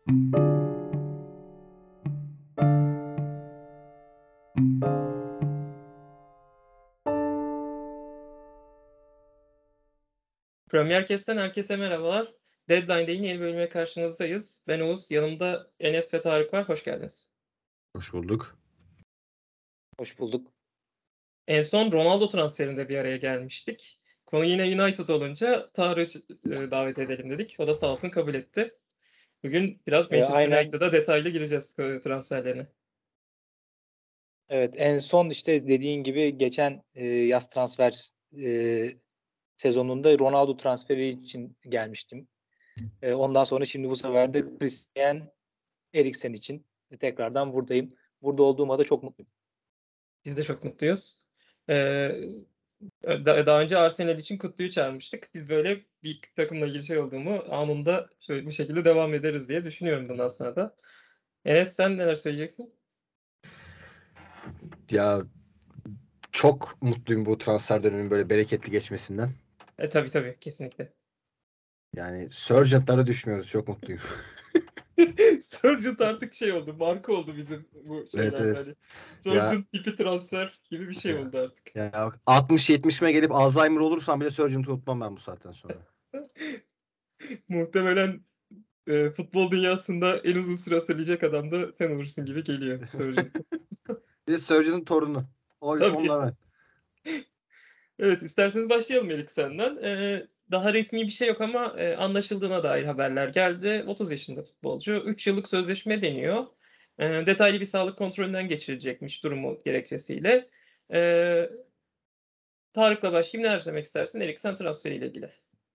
Premier Kes'ten herkese merhabalar. Deadline Day'in yeni bölümüne karşınızdayız. Ben Oğuz, yanımda Enes ve Tarık var. Hoş geldiniz. Hoş bulduk. Hoş bulduk. En son Ronaldo transferinde bir araya gelmiştik. Konu yine United olunca Tarık'ı davet edelim dedik. O da sağ olsun kabul etti. Bugün biraz Manchester Aynen. United'a detaylı gireceğiz transferlerine. Evet, en son işte dediğin gibi geçen yaz transfer sezonunda Ronaldo transferi için gelmiştim. Ondan sonra şimdi bu sefer de Christian Eriksen için tekrardan buradayım. Burada olduğuma da çok mutluyum. Biz de çok mutluyuz. Ee, Daha önce Arsenal için Kutlu'yu çağırmıştık. Biz böyle bir takımla ilgili şey olduğumu anında şöyle bu şekilde devam ederiz diye düşünüyorum bundan sonra da. Enes, sen neler söyleyeceksin? Ya çok mutluyum bu transfer döneminin böyle bereketli geçmesinden. Tabii kesinlikle. Yani Surgent'lara düşmüyoruz. Çok mutluyum. Surgent artık şey oldu, marka oldu bizim bu şeylerde. Evet. Hani Surgent tipi transfer gibi bir şey oldu artık. Ya 60-70'ime gelip Alzheimer olursam bile Surgent'ı unutmam ben bu saatten sonra. Muhtemelen futbol dünyasında en uzun süre hatırlayacak adam da sen olursun gibi geliyor Surgent. Bir de Surgent'ın torunu. Tabii. Onunla ben. Evet, isterseniz başlayalım Melik senden. Daha resmi bir şey yok ama anlaşıldığına dair haberler geldi. 30 yaşında futbolcu. 3 yıllık sözleşme deniyor. Detaylı bir sağlık kontrolünden geçirilecekmiş durumu gerekçesiyle. Ee, Tarık'la başlayayım. Neler söylemek istersin Eriksen transferiyle ilgili?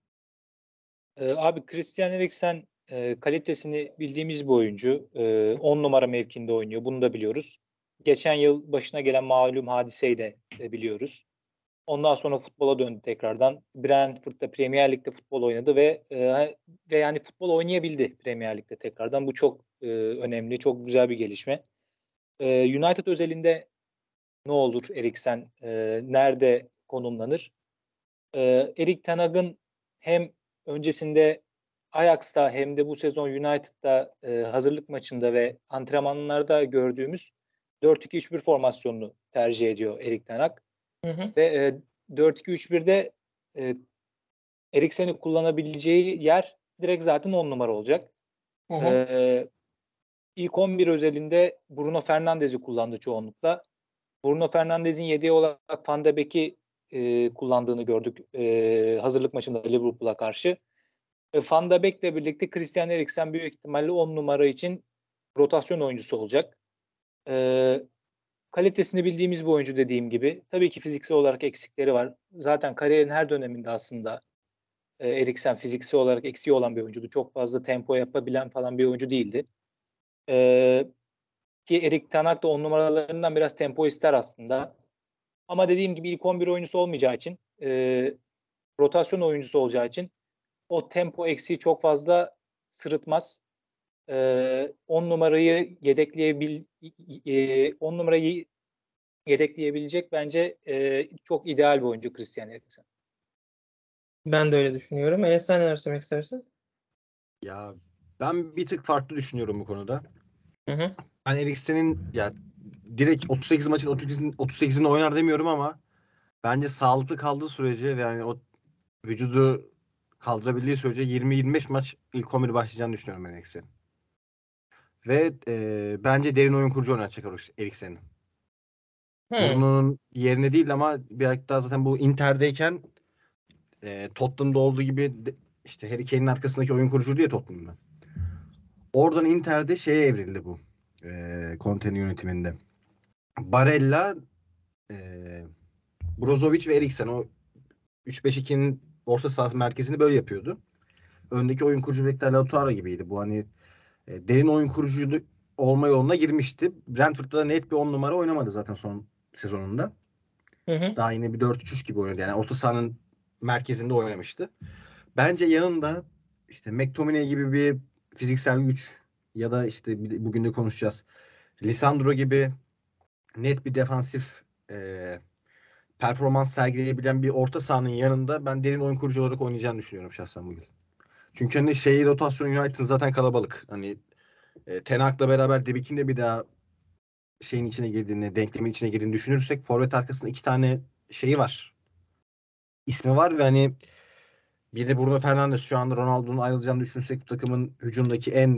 Abi Christian Eriksen kalitesini bildiğimiz bir oyuncu. 10 numara mevkinde oynuyor. Bunu da biliyoruz. Geçen yıl başına gelen malum hadiseyi de biliyoruz. Ondan sonra futbola döndü tekrardan. Brentford'da Premier Lig'de futbol oynadı ve yani futbol oynayabildi Premier Lig'de tekrardan. Bu çok önemli, çok güzel bir gelişme. United özelinde ne olur Eriksen nerede konumlanır? Erik Ten Hag'ın hem öncesinde Ajax'ta hem de bu sezon United'da hazırlık maçında ve antrenmanlarda gördüğümüz 4-2-3-1 formasyonunu tercih ediyor Erik Ten Hag. Hı hı. Ve 4-2-3-1'de Eriksen'i kullanabileceği yer direkt zaten 10 numara olacak. Hı hı. İlk 11 özelinde Bruno Fernandes'i kullandı çoğunlukla. Bruno Fernandes'in yedeği olarak Van de Beek'i kullandığını gördük hazırlık maçında Liverpool'a karşı. Van de Beek'le birlikte Christian Eriksen büyük ihtimalle 10 numara için rotasyon oyuncusu olacak. Kalitesini bildiğimiz bir oyuncu dediğim gibi. Tabii ki fiziksel olarak eksikleri var. Zaten kariyerin her döneminde aslında Eriksen fiziksel olarak eksiği olan bir oyuncuydu. Çok fazla tempo yapabilen falan bir oyuncu değildi. Ki Erik Ten Hag da 10 numaralarından biraz tempo ister aslında. Ama dediğim gibi ilk 11 oyuncusu olmayacağı için rotasyon oyuncusu olacağı için o tempo eksiği çok fazla sırıtmaz. 10 numarayı 10 numarayı yedekleyebilecek bence çok ideal bir oyuncu Christian Eriksen. Ben de öyle düşünüyorum. Enes, sen neler söylemek istersin? Ya ben bir tık farklı düşünüyorum bu konuda. Hı hı. Ben Eriksen'in ya direkt 38 maçın 38'ini oynar demiyorum ama bence sağlıklı kaldığı sürece ve yani o vücudu kaldırabildiği sürece 20-25 maç ilk 11 başlayacağını düşünüyorum ben Eriksen'in. Ve bence derin oyun kurucu oynatacak Eriksen'i. Bruno'nun yerine değil ama bir daha zaten bu Inter'deyken Tottenham'da olduğu gibi işte Harry Kane'in arkasındaki oyun kurucu diye Tottenham'da. Oradan Inter'de şeye evrildi bu. Conte'nin yönetiminde. Barella, Brozovic ve Eriksen o 3-5-2'nin orta saha merkezini böyle yapıyordu. Öndeki oyun kurucu Victor Lautaro gibiydi. Bu hani derin oyun kurucu olma yoluna girmişti. Brentford'da da net bir 10 numara oynamadı zaten son sezonunda. Hı hı. Daha yine bir 4-3-3 gibi oynadı. Yani orta sahanın merkezinde oynamıştı. Bence yanında işte McTominay gibi bir fiziksel güç ya da işte bugün de konuşacağız. Lisandro gibi net bir defansif performans sergileyebilen bir orta sahanın yanında ben derin oyun kurucu olarak oynayacağını düşünüyorum şahsen bugün. Çünkü hani rotasyon United'ın zaten kalabalık. Hani Ten Hag'la beraber De Beek'in de bir daha şeyin içine girdiğini, denklemin içine girdiğini düşünürsek forvet arkasında 2 tane şeyi var. İsmi var ve hani bir de Bruno Fernandes, şu anda Ronaldo'nun ayrılacağını düşünürsek bu takımın hücumdaki en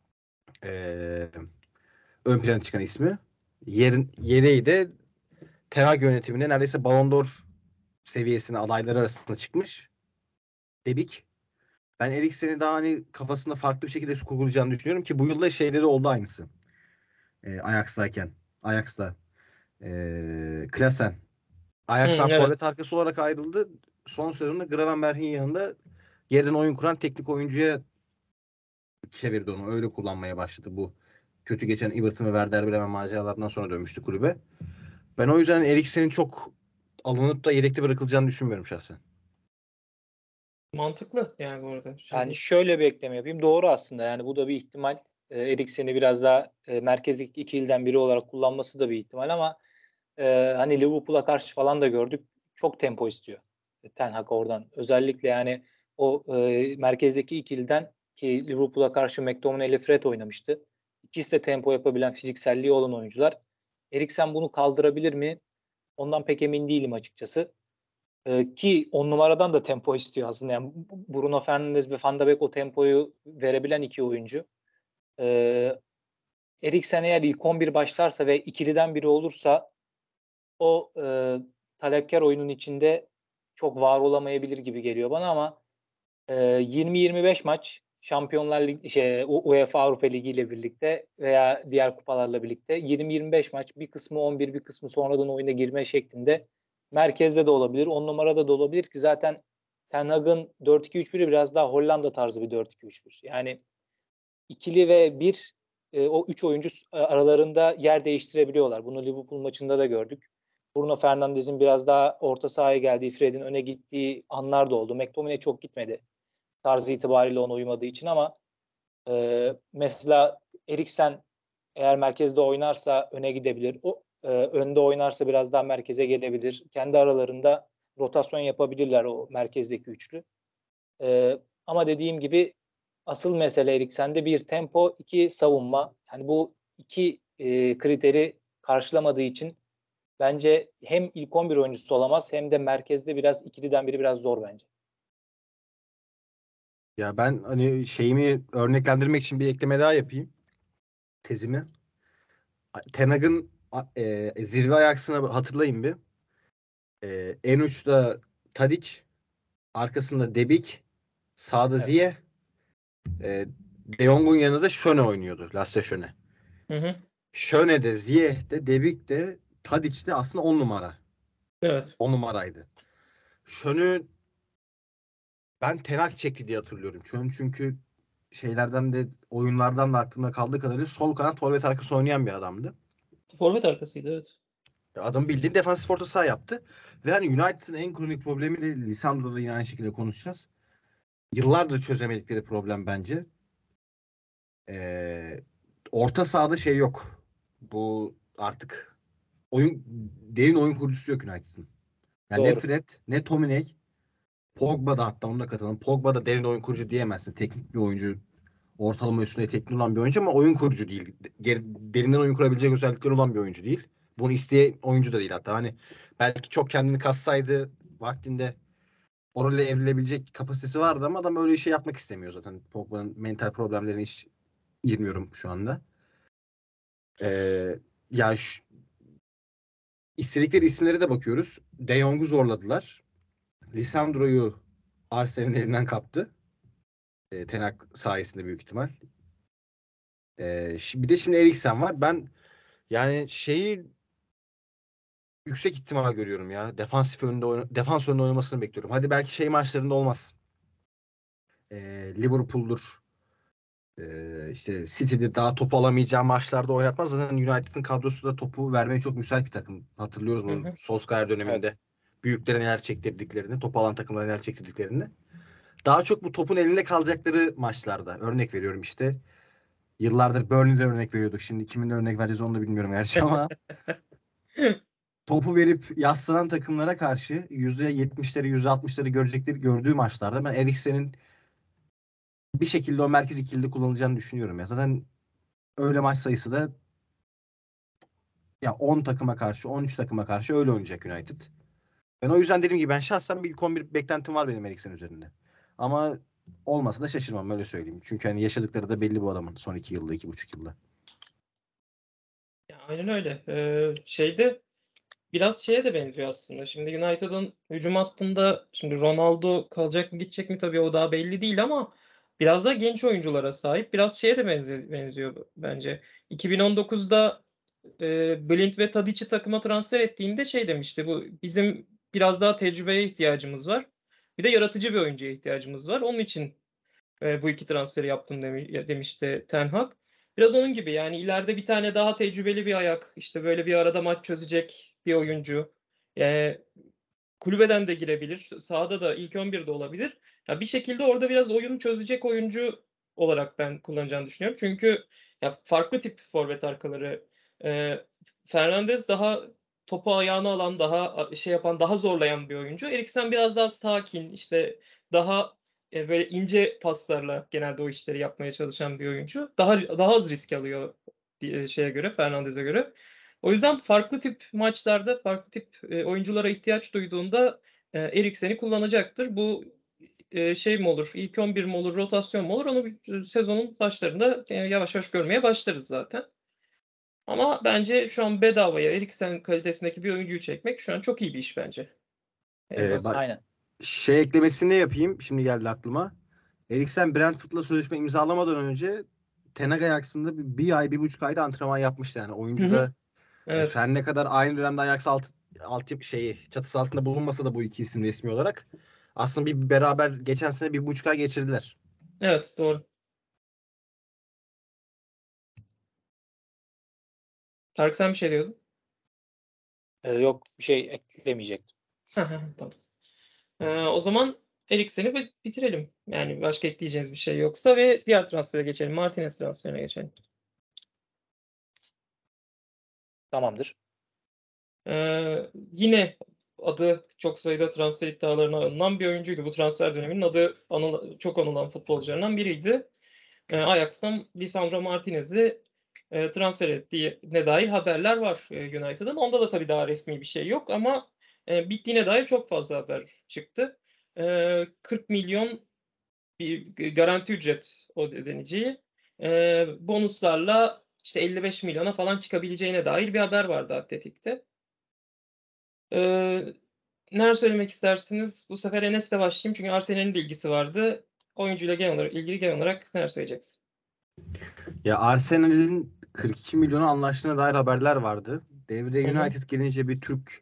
ön plana çıkan ismi. Yereği de Ten Hag yönetiminde neredeyse Ballon d'Or seviyesine adayları arasında çıkmış. De Beek. Ben Eriksen'i daha hani kafasında farklı bir şekilde kurgulayacağını düşünüyorum ki bu yılda şeyde de oldu aynısı. Ajax'ta Klaassen. Ajax'tan Evet. forvet arkası olarak ayrıldı. Son sezonda Gravenberch'in yanında yerden oyun kuran teknik oyuncuya çevirdi onu. Öyle kullanmaya başladı bu. Kötü geçen Everton ve Werder Bremen maceralarından sonra dönmüştü kulübe. Ben o yüzden Eriksen'in çok alınıp da yedekte bırakılacağını düşünmüyorum şahsen. Mantıklı yani bu arada. Yani şöyle bir ekleme yapayım. Doğru aslında. Yani bu da bir ihtimal. Eriksen'i biraz daha merkezdeki ikiliden biri olarak kullanması da bir ihtimal ama hani Liverpool'a karşı falan da gördük. Çok tempo istiyor Ten Hag oradan. Özellikle yani o merkezdeki ikiliden ki Liverpool'a karşı McTominay ile Fred oynamıştı. İkisi de tempo yapabilen, fizikselliği olan oyuncular. Eriksen bunu kaldırabilir mi? Ondan pek emin değilim açıkçası. Ki 10 numaradan da tempo istiyor aslında. Yani Bruno Fernandes ve Van de Beek o tempoyu verebilen iki oyuncu. Eriksen eğer ilk 11 başlarsa ve ikiliden biri olursa o talepkar oyunun içinde çok var olamayabilir gibi geliyor bana ama 20-25 maç Şampiyonlar Ligi, UEFA Avrupa Ligi ile birlikte veya diğer kupalarla birlikte 20-25 maç, bir kısmı 11, bir kısmı sonradan oyuna girme şeklinde merkezde de olabilir, 10 numarada da olabilir ki zaten Ten Hag'ın 4-2-3-1'i biraz daha Hollanda tarzı bir 4-2-3-1. Yani ikili ve bir o üç oyuncu aralarında yer değiştirebiliyorlar. Bunu Liverpool maçında da gördük. Bruno Fernandes'in biraz daha orta sahaya geldiği, Fred'in öne gittiği anlar da oldu. McTominay çok gitmedi tarzı itibariyle ona uymadığı için ama mesela Eriksen eğer merkezde oynarsa öne gidebilir. O önde oynarsa biraz daha merkeze gelebilir. Kendi aralarında rotasyon yapabilirler o merkezdeki üçlü. Ama dediğim gibi asıl mesele Eriksen'de bir tempo, iki savunma. Yani bu iki kriteri karşılamadığı için bence hem ilk 11 oyuncusu olamaz hem de merkezde biraz ikiliden biri biraz zor bence. Ya ben hani şeyimi örneklendirmek için bir ekleme daha yapayım. Tezimi. Ten Hag'ın zirve ayaksını hatırlayın bir. En uçta Tadic, arkasında De Beek, sağda Evet. Ziyech, De Jong'un yanında da Schöne oynuyordu. Lasse Schöne. Hı. Schöne de, Ziyech de, De Beek de, Tadic de aslında 10 numara. Evet. 10 numaraydı. Schöne ben Ten Hag çekti diye hatırlıyorum. Çünkü şeylerden de oyunlardan da aklımda kaldığı kadarıyla sol kanat forvet arkası oynayan bir adamdı. Forvet arkasıydı evet. Adam bildiğin defansif orta saha yaptı. Ve hani United'ın en kronik problemi de Lisandro'da yine aynı şekilde konuşacağız. Yıllardır çözemedikleri problem bence. Orta sahada şey yok. Bu artık derin oyun kurucusu yok United'ın. Yani ne Doğru. Fred, ne Tominey, Pogba da, hatta onu da katalım. Pogba da derin oyun kurucu diyemezsin. Teknik bir oyuncu. Ortalama üstünde teknik olan bir oyuncu ama oyun kurucu değil. Derinden oyun kurabilecek özellikleri olan bir oyuncu değil. Bunu isteyen oyuncu da değil hatta. Hani belki çok kendini kassaydı vaktinde o role evrilebilecek kapasitesi vardı ama adam öyle bir şey yapmak istemiyor zaten. Pogba'nın mental problemlerine hiç girmiyorum şu anda. Ya istedikleri isimlere de bakıyoruz. De Jong'u zorladılar. Lisandro'yu Arsenal'in elinden kaptı. Ten Hag sayesinde büyük ihtimal. Bir de şimdi Eriksen var. Ben yani şeyi yüksek ihtimal görüyorum ya. Defans önünde oynamasını bekliyorum. Hadi belki şey maçlarında olmaz. Liverpool'dur. İşte City'de daha topu alamayacağı maçlarda oynatmaz. Zaten United'ın kadrosu da topu vermeye çok müsait bir takım. Hatırlıyoruz Hı bunu hı. Solskjaer döneminde. Evet. Büyüklere neler çektirdiklerini, topu alan takımlara neler çektirdiklerini. Daha çok bu topun elinde kalacakları maçlarda. Örnek veriyorum işte. Yıllardır Burnley'de örnek veriyorduk. Şimdi kimin örnek vereceğiz onu da bilmiyorum gerçi ama topu verip yaslanan takımlara karşı %70'leri %60'ları gördüğü maçlarda ben Eriksen'in bir şekilde o merkez ikilide kullanılacağını düşünüyorum ya. Zaten öyle maç sayısı da ya 10 takıma karşı, 13 takıma karşı öyle oynayacak United. Ben o yüzden dediğim gibi ben şahsen bir ilk 11 beklentim var benim Eriksen üzerinde. Ama olmasa da şaşırmam, öyle söyleyeyim. Çünkü hani yaşadıkları da belli bu adamın son 2 yılda, 2,5 yılda. Ya, aynen öyle. Biraz şeye de benziyor aslında. Şimdi United'ın hücum hattında şimdi Ronaldo kalacak mı gidecek mi tabii o daha belli değil ama biraz da genç oyunculara sahip. Biraz şeye de benziyor bence. 2019'da Blind ve Tadic'i takıma transfer ettiğinde şey demişti. Bu bizim biraz daha tecrübeye ihtiyacımız var. Bir de yaratıcı bir oyuncuya ihtiyacımız var. Onun için bu iki transferi yaptım demişti Ten Hag. Biraz onun gibi yani ileride bir tane daha tecrübeli bir ayak, işte böyle bir arada maç çözecek bir oyuncu. E, Kulübeden de girebilir, sahada da ilk 11'de olabilir. Ya bir şekilde orada biraz oyunu çözecek oyuncu olarak ben kullanacağını düşünüyorum. Çünkü ya farklı tip forvet arkaları. E, Fernandes daha topu ayağına alan, daha şey yapan, daha zorlayan bir oyuncu. Eriksen biraz daha sakin, işte daha böyle ince paslarla genelde o işleri yapmaya çalışan bir oyuncu. Daha az risk alıyor şeye göre, Fernandes'e göre. O yüzden farklı tip maçlarda farklı tip oyunculara ihtiyaç duyduğunda Eriksen'i kullanacaktır. Bu şey mi olur, ilk 11 mi olur, rotasyon mu olur onu sezonun başlarında yavaş yavaş görmeye başlarız zaten. Ama bence şu an bedavaya Eriksen kalitesindeki bir oyuncuyu çekmek şu an çok iyi bir iş bence. En basit. Bak, Aynen. şey eklemesini yapayım. Şimdi geldi aklıma. Eriksen Brentford'la sözleşme imzalamadan önce Ten Hag Ajax'ında bir ay, 1,5 ayda antrenman yapmıştı yani. Oyuncu da Evet. her ne kadar aynı dönemde Ajax çatısı altında bulunmasa da bu iki isim resmi olarak aslında bir beraber geçen sene 1,5 ay geçirdiler. Evet, doğru. Tarık sen bir şey diyordun. Yok bir şey eklemeyecektim. Tamam. O zaman Eriksen'i bitirelim. Yani başka ekleyeceğiniz bir şey yoksa ve diğer transfere geçelim. Martinez transferine geçelim. Tamamdır. Yine adı çok sayıda transfer iddialarına alınan bir oyuncuydu. Bu transfer döneminin adı çok anılan futbolcularından biriydi. Ajax'tan Lisandro Martinez'i transfer ettiğine dair haberler var United'ın. Onda da tabii daha resmi bir şey yok ama bittiğine dair çok fazla haber çıktı. 40 milyon bir garanti ücret ödeneceği, bonuslarla işte 55 milyona falan çıkabileceğine dair bir haber vardı Atletik'te. Neler söylemek istersiniz? Bu sefer Enes'le başlayayım çünkü Arsenal'in de ilgisi vardı. Oyuncuyla genel olarak neler söyleyeceksin? Ya Arsenal'in 42 milyona anlaştığına dair haberler vardı. Devreye Hı hı. United gelince bir Türk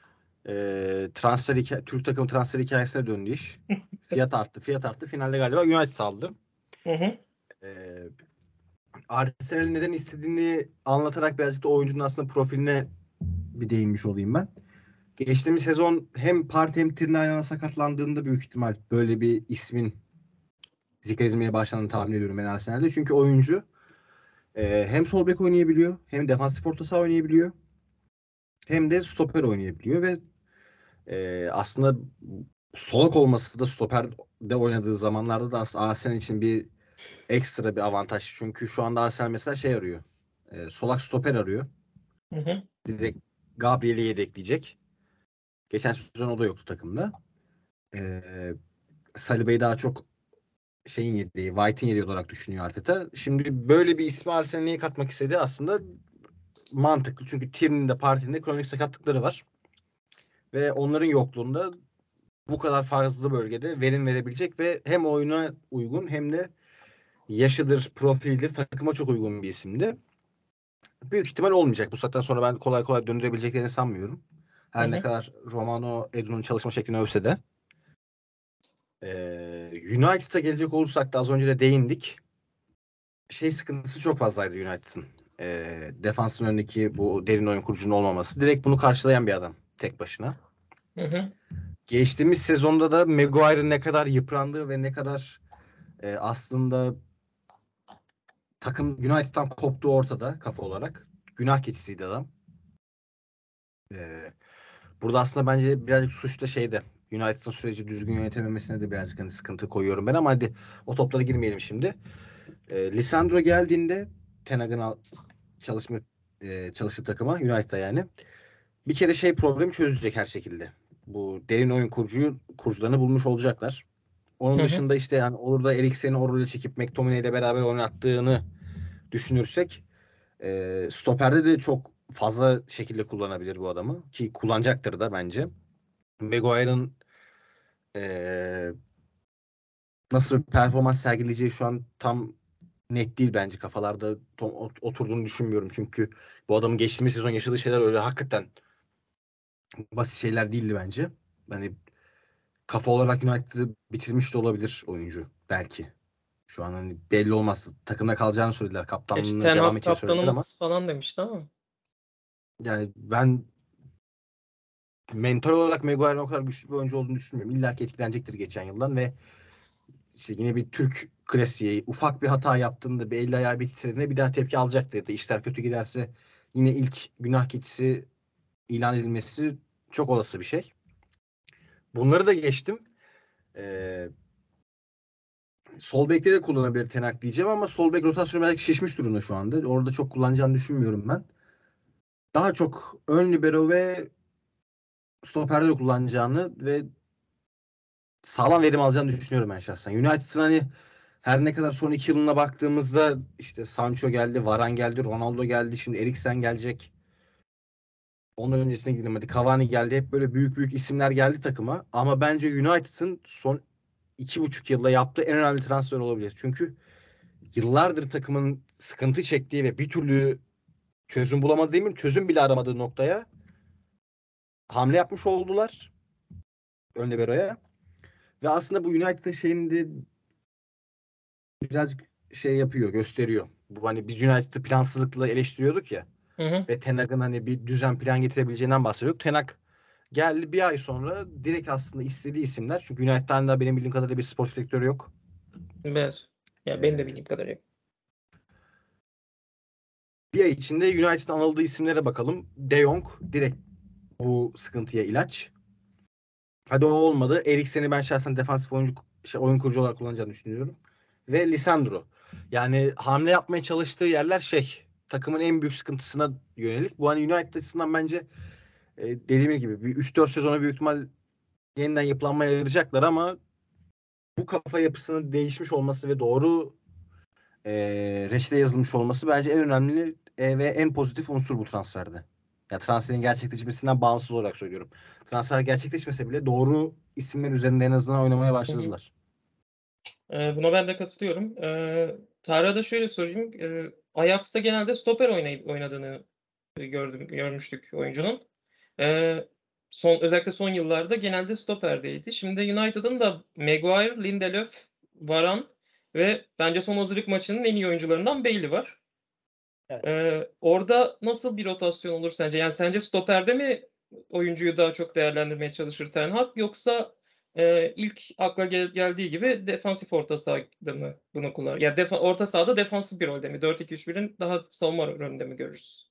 Türk takımı transfer hikayesine döndü iş. Fiyat arttı. Finalde galiba United aldı. Hı hı. Ee, Arsenal'in neden istediğini anlatarak birazcık da oyuncunun aslında profiline bir değinmiş olayım ben. Geçtiğimiz sezon hem Partey hem Tierney ayağına sakatlandığında büyük ihtimal böyle bir ismin zikredilmeye başlandığını tahmin ediyorum ben Arsenal'de. Çünkü oyuncu hem sol bek oynayabiliyor, hem defansif orta saha oynayabiliyor, hem de stoper oynayabiliyor ve aslında solak olması da stoperde oynadığı zamanlarda da aslında Arsenal için bir ekstra bir avantaj. Çünkü şu anda Arsenal mesela şey arıyor. Solak stoper arıyor. Hı hı. Direkt Gabriel'i yedekleyecek. Geçen sezon o da yoktu takımda. Saliba'yı daha çok White'in yediği olarak düşünüyor Arteta. Şimdi böyle bir ismi Arsenal'e niye katmak istedi? Aslında mantıklı. Çünkü Tierney'nin de Partey'nin de kronik sakatlıkları var. Ve onların yokluğunda bu kadar fazla bölgede verim verebilecek ve hem oyuna uygun hem de yaşıdır, profildir, takıma çok uygun bir isimdi. Büyük ihtimal olmayacak. Bu saatten sonra ben kolay kolay döndürebileceklerini sanmıyorum. Hı Her ne hı. kadar Romano Edu'nun çalışma şeklini övse de. United'a gelecek olursak da az önce de değindik. Sıkıntısı çok fazlaydı United'ın. Defansın önündeki bu derin oyun kurucunun olmaması. Direkt bunu karşılayan bir adam tek başına. Hı hı. Geçtiğimiz sezonda da Maguire'ın ne kadar yıprandığı ve ne kadar aslında takım United'dan koptuğu ortada kafa olarak. Günah keçisiydi adam. Burada aslında bence birazcık suç da United'ın süreci düzgün yönetememesine de birazcık sıkıntı koyuyorum ben ama hadi o toplara girmeyelim şimdi. Lisandro geldiğinde Ten Hag'ın çalıştığı takıma, United'a yani. Bir kere problemi çözecek her şekilde. Bu derin oyun kurucularını bulmuş olacaklar. Onun dışında işte yani olur da Eriksen'i o role çekip McTominay ile beraber oynattığını düşünürsek stoperde de çok fazla şekilde kullanabilir bu adamı. Ki kullanacaktır da bence. Maguire'ın nasıl bir performans sergileyeceği şu an tam net değil bence. Kafalarda oturduğunu düşünmüyorum. Çünkü bu adamın geçtiğimiz sezon yaşadığı şeyler öyle hakikaten basit şeyler değildi bence. Yani kafa olarak United'ı bitirmiş de olabilir oyuncu. Belki. Şu an hani belli olmaz. Takımda kalacağını söylediler. İşte Kaptanlığına Ten devam Hag edeceğini söylediler ama kaptanımız falan demişti ama. yani ben mental olarak Maguire'ın o kadar güçlü bir oyuncu olduğunu düşünmüyorum. İlla ki etkilenecektir geçen yıldan ve işte yine bir Türk klasiği, ufak bir hata yaptığında bir eli ayağı bir titrediğinde bir daha tepki alacaktır. Ya da işler kötü giderse yine ilk günah keçisi ilan edilmesi çok olası bir şey. Bunları da geçtim. Sol bekte de kullanabilir Ten Hag diyeceğim ama sol bek rotasyonu belki şişmiş durumda şu anda. Orada çok kullanacağını düşünmüyorum ben. Daha çok ön libero ve stoperde de kullanacağını ve sağlam verim alacağını düşünüyorum ben şahsen. United'ın hani her ne kadar son 2 yılına baktığımızda işte Sancho geldi, Varane geldi, Ronaldo geldi, şimdi Eriksen gelecek. Onun öncesine gidilmedi. Cavani geldi. Hep böyle büyük büyük isimler geldi takıma. Ama bence United'ın son 2,5 yılda yaptığı en önemli transfer olabilir. Çünkü yıllardır takımın sıkıntı çektiği ve bir türlü çözüm bulamadığı değil mi? Çözüm bile aramadığı noktaya hamle yapmış oldular. Ön libero'ya. Ve aslında bu United'ın şeyini de birazcık yapıyor, gösteriyor. Bu hani biz United'ı plansızlıkla eleştiriyorduk ya. Ve Ten Hag'ın hani bir düzen plan getirebileceğinden bahsediyorduk. Ten Hag geldi bir ay sonra direkt aslında istediği isimler. Çünkü United'dan da benim bildiğim kadarıyla bir spor direktörü yok. Evet. Ya benim de bildiğim kadarıyla. Bir ay içinde United'ın aldığı isimlere bakalım. De Jong direkt bu sıkıntıya ilaç. Hadi o olmadı. Eriksen'i ben şahsen defansif oyun kurucu olarak kullanacağını düşünüyorum. Ve Lisandro. Yani hamle yapmaya çalıştığı yerler takımın en büyük sıkıntısına yönelik. Bu hani United açısından bence dediğim gibi bir 3-4 sezona büyük ihtimal yeniden yapılanmaya ayıracaklar ama bu kafa yapısının değişmiş olması ve doğru reçete yazılmış olması bence en önemli ve en pozitif unsur bu transferde. Ya transferin gerçekleşmesinden bağımsız olarak söylüyorum. Transfer gerçekleşmese bile doğru isimler üzerinde en azından oynamaya başladılar. Buna ben de katılıyorum. Tarık'a da şöyle sorayım. Ajax'ta genelde stoper oynadığını görmüştük oyuncunun. Özellikle son yıllarda genelde stoperdeydi. Şimdi United'ın da Maguire, Lindelöf, Varane ve bence son hazırlık maçının en iyi oyuncularından Bailey var. Evet. Orada nasıl bir rotasyon olur sence? Yani sence stoperde mi oyuncuyu daha çok değerlendirmeye çalışır Ten Hag yoksa ilk akla geldiği gibi defansif orta sahada mı bunu kullanır? Ya orta sahada defansif bir rolde mi? 4-2-3-1'in daha savunma rolünde mi görürüz?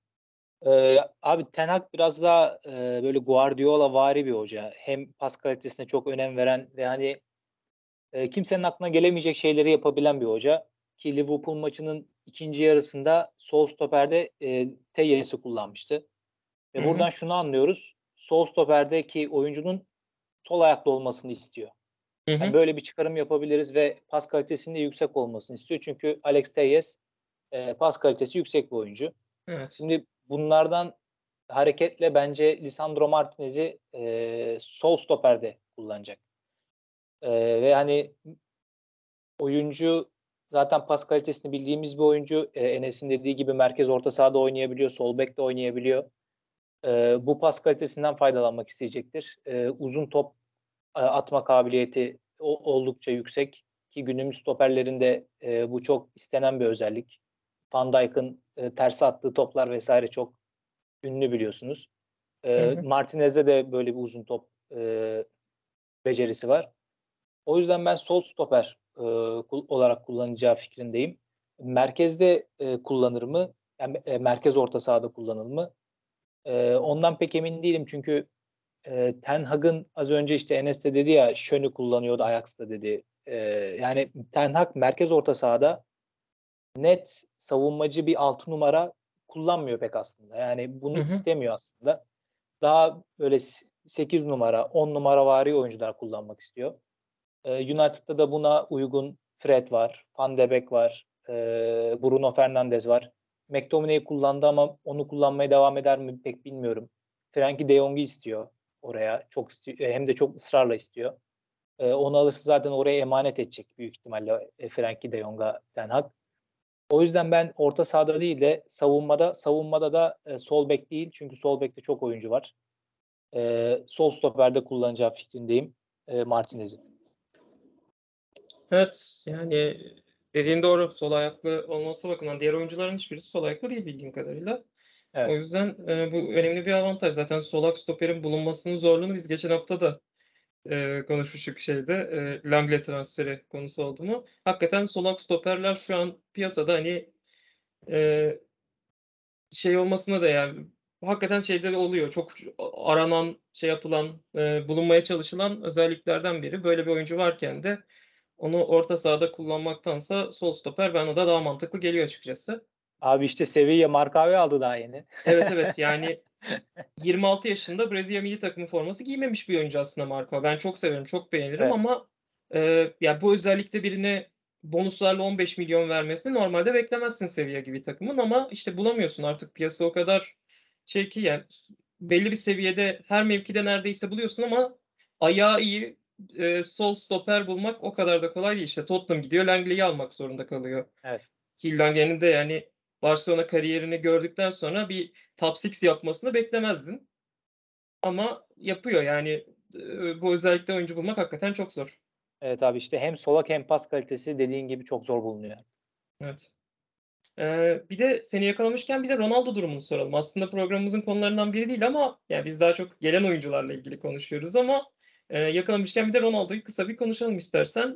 Abi Ten Hag biraz daha böyle Guardiola-vari bir hoca. Hem pas kalitesine çok önem veren ve hani kimsenin aklına gelemeyecek şeyleri yapabilen bir hoca. Ki Liverpool maçının ikinci yarısında sol stoperde Telles'i kullanmıştı. Ve buradan şunu anlıyoruz. Sol stoperdeki oyuncunun sol ayaklı olmasını istiyor. Yani böyle bir çıkarım yapabiliriz ve pas kalitesinin de yüksek olmasını istiyor. Çünkü Alex Telles pas kalitesi yüksek bir oyuncu. Evet. Şimdi bunlardan hareketle bence Lisandro Martinez'i sol stoperde kullanacak. Ve hani oyuncu zaten pas kalitesini bildiğimiz bir oyuncu. Enes'in dediği gibi merkez orta sahada oynayabiliyor, sol bekte oynayabiliyor. Bu pas kalitesinden faydalanmak isteyecektir. Uzun top atma kabiliyeti oldukça yüksek ki günümüz stoperlerinde bu çok istenen bir özellik. Van Dijk'ın terse attığı toplar vesaire çok ünlü biliyorsunuz. Martinez'de de böyle bir uzun top becerisi var. O yüzden ben sol stoper olarak kullanacağı fikrindeyim. Merkezde kullanır mı? Yani, merkez orta sahada kullanır mı? Ondan pek emin değilim çünkü Ten Hag'ın az önce işte Enes de dedi ya Schön'ü kullanıyordu Ajax'ta dedi. Yani Ten Hag merkez orta sahada net savunmacı bir 6 numara kullanmıyor pek aslında. Yani bunu istemiyor aslında. Daha böyle 8 numara, 10 numara vari oyuncular kullanmak istiyor. United'da da buna uygun Fred var, Van de Beek var, Bruno Fernandes var. McTominay'i kullandı ama onu kullanmaya devam eder mi pek bilmiyorum. Frenkie de Jong'u istiyor oraya. Çok istiyor, hem de çok ısrarla istiyor. Onu alırsa zaten oraya emanet edecek büyük ihtimalle Frenkie de Jong'a Ten Hag. O yüzden ben orta sahada değil de savunmada da sol bek değil. Çünkü sol bekte çok oyuncu var. Sol stoperde kullanacağı fikrindeyim Martinez'i. Evet, yani dediğin doğru. Sol ayaklı olması bakımından diğer oyuncuların hiçbirisi sol ayaklı değil bildiğim kadarıyla. O Evet. yüzden bu önemli bir avantaj. Zaten solak stoperin bulunmasının zorluğunu biz geçen hafta da konuşmuştuk Langley transferi konusu oldu mu? Hakikaten solak stoperler şu an piyasada hani e, şey olmasına da yani hakikaten şeyde oluyor. Çok aranan, yapılan, bulunmaya çalışılan özelliklerden biri. Böyle bir oyuncu varken de onu orta sahada kullanmaktansa sol stoper bana da daha mantıklı geliyor açıkçası. Abi işte Sevilla Markao'yu aldı daha yeni. Evet yani 26 yaşında Brezilya milli takımı forması giymemiş bir oyuncu aslında Marco. Ben çok severim, çok beğenirim Evet. ama ya bu özellikle birine bonuslarla 15 milyon vermesini normalde beklemezsin Sevilla gibi takımın ama işte bulamıyorsun artık piyasa o kadar ki yani belli bir seviyede her mevkide neredeyse buluyorsun ama ayağı iyi sol stoper bulmak o kadar da kolay değil. İşte Tottenham gidiyor Langley'i almak zorunda kalıyor. Evet. Ki Langley'nin de yani Barcelona kariyerini gördükten sonra bir top 6 yapmasını beklemezdin. Ama yapıyor yani bu özellikle oyuncu bulmak hakikaten çok zor. Evet abi işte hem solak hem pas kalitesi dediğin gibi çok zor bulunuyor. Evet. Bir de seni yakalamışken bir de Ronaldo durumunu soralım. Aslında programımızın konularından biri değil ama yani biz daha çok gelen oyuncularla ilgili konuşuyoruz ama yakalamışken bir de Ronaldo'yu kısa bir konuşalım istersen.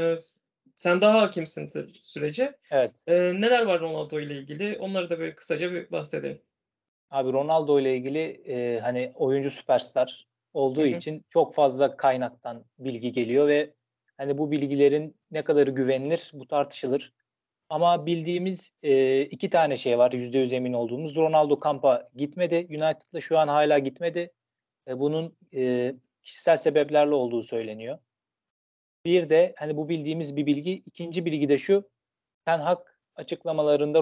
Sen daha hakimsin sürece. Evet. Neler var Ronaldo ile ilgili? Onları da böyle kısaca bir bahsedelim. Abi Ronaldo ile ilgili hani oyuncu süperstar Hı olduğu hı. için çok fazla kaynaktan bilgi geliyor ve hani bu bilgilerin ne kadarı güvenilir bu tartışılır. Ama bildiğimiz iki tane şey var %100 emin olduğumuz. Ronaldo kampa gitmedi. United'da şu an hala gitmedi. Bunun kişisel sebeplerle olduğu söyleniyor. Bir de hani bu bildiğimiz bir bilgi. İkinci bilgi de şu. Ten Hag açıklamalarında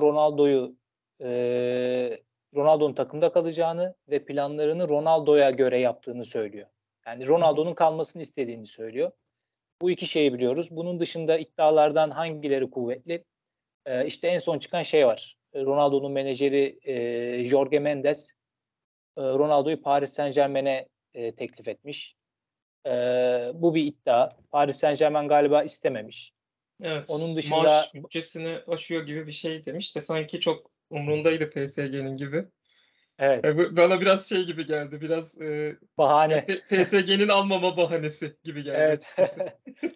Ronaldo'nun takımda kalacağını ve planlarını Ronaldo'ya göre yaptığını söylüyor. Yani Hı hı. Ronaldo'nun kalmasını istediğini söylüyor. Bu iki şeyi biliyoruz. Bunun dışında iddialardan hangileri kuvvetli? İşte en son çıkan şey var. Ronaldo'nun menajeri Jorge Mendes Ronaldo'yu Paris Saint-Germain'e teklif etmiş. Bu bir iddia. Paris Saint-Germain galiba istememiş. Onun Evet, dışında maaş bütçesini aşıyor gibi bir şey demiş de sanki çok umrundaydı PSG'nin gibi. evet, Bana biraz şey gibi geldi, biraz ya bahane. PSG'nin almama bahanesi gibi geldi Evet. açıkçası.